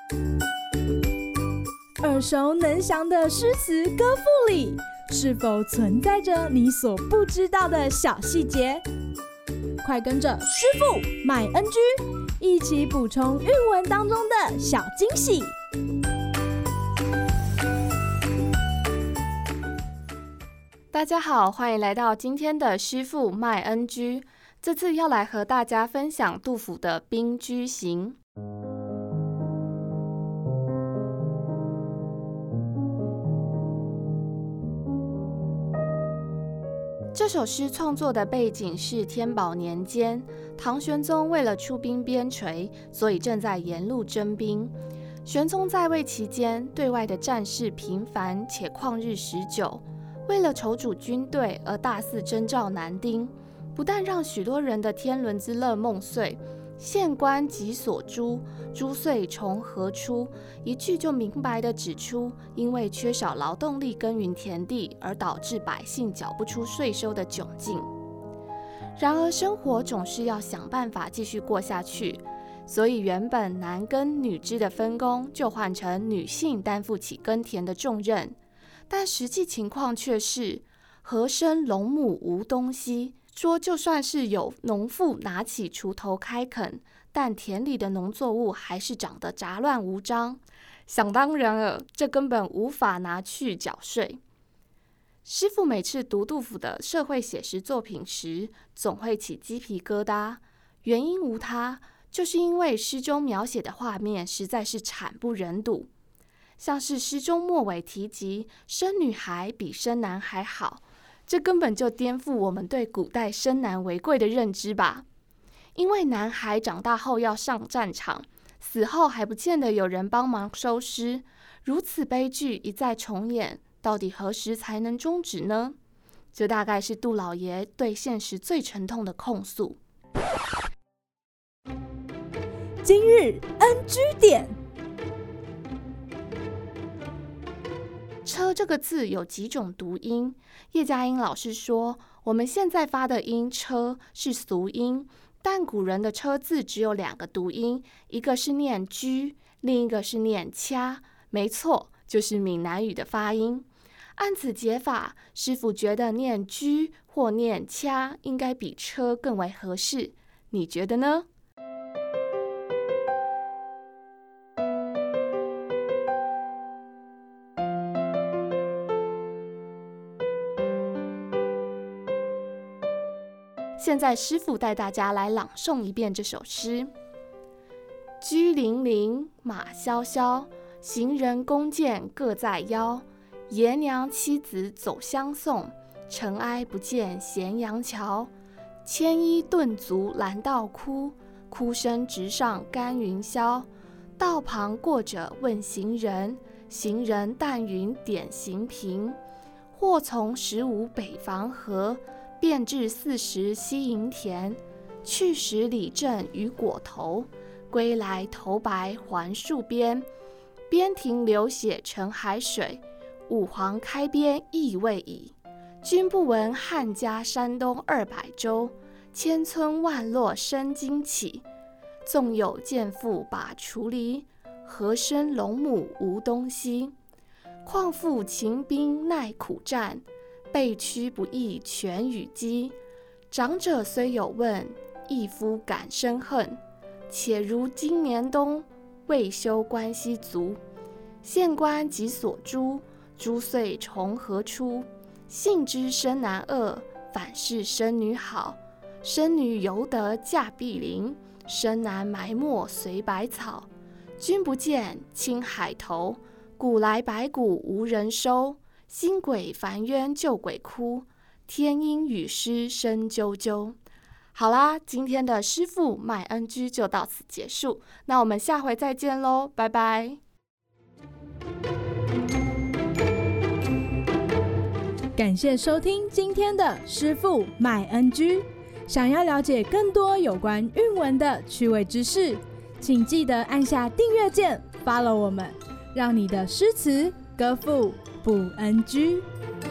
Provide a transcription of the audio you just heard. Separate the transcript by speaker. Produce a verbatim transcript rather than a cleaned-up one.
Speaker 1: 耳熟能详的诗词歌赋里，是否存在着你所不知道的小细节？快跟着师傅麦恩居一起补充韵文当中的小惊喜。
Speaker 2: 大家好，欢迎来到今天的师傅麦恩居。这次要来和大家分享杜甫的《兵居行》。这首诗创作的背景是天宝年间，唐玄宗为了出兵边陲，所以正在沿路征兵。玄宗在位期间，对外的战事频繁且旷日持久，为了筹组军队而大肆征召男丁，不但让许多人的天伦之乐梦碎，县官急所诛，诛岁从何出？一句就明白地指出，因为缺少劳动力耕耘田地，而导致百姓缴不出税收的窘境。然而生活总是要想办法继续过下去，所以原本男耕女织的分工就换成女性担负起耕田的重任。但实际情况却是何生龙母无东西，说就算是有农妇拿起锄头开垦，但田里的农作物还是长得杂乱无章。想当然了，这根本无法拿去缴税。师父每次读杜甫的社会写实作品时，总会起鸡皮疙瘩，原因无他，就是因为诗中描写的画面实在是惨不忍睹。像是诗中末尾提及生女孩比生男孩好，这根本就颠覆我们对古代生男为贵的认知吧。因为男孩长大后要上战场，死后还不见得有人帮忙收尸，如此悲剧一再重演，到底何时才能终止呢？这大概是杜老爷对现实最沉痛的控诉。
Speaker 1: 今日 N G 点。
Speaker 2: 车这个字有几种读音，叶嘉英老师说，我们现在发的音车是俗音，但古人的车字只有两个读音，一个是念居，另一个是念掐，没错，就是闽南语的发音。按此解法，师父觉得念居或念掐应该比车更为合适，你觉得呢？现在师父带大家来朗诵一遍这首诗。车辚辚，马萧萧，行人弓箭各在腰。爷娘妻子走相送，尘埃不见咸阳桥。牵衣顿足拦道哭，哭声直上干云霄。道旁过者问行人，行人但云点行频。或从十五北防河，便至四十西营田。去时里正与果头，归来头白还戍边。边庭流血成海水，五皇开边亦未已。君不闻汉家山东二百州，千村万落生荆杞。纵有贱妇把锄犁，何生龙母无东西。况复秦兵耐苦战，备驱不易全与鸡。长者虽有问，一夫敢生恨。且如今年冬，未休关西卒。县官急所诛，诛岁从何出？幸知生男恶，反是生女好。生女犹得嫁碧林，生男埋没随百草。君不见，青海头，古来白骨无人收。新鬼烦冤旧鬼哭，天阴雨湿声啾啾。好啦，今天的师父麦恩居就到此结束，那我们下回再见喽，拜拜。
Speaker 1: 感谢收听今天的师父麦恩居。想要了解更多有关韵文的趣味知识，请记得按下订阅键 ，follow 我们，让你的诗词歌赋不 N G。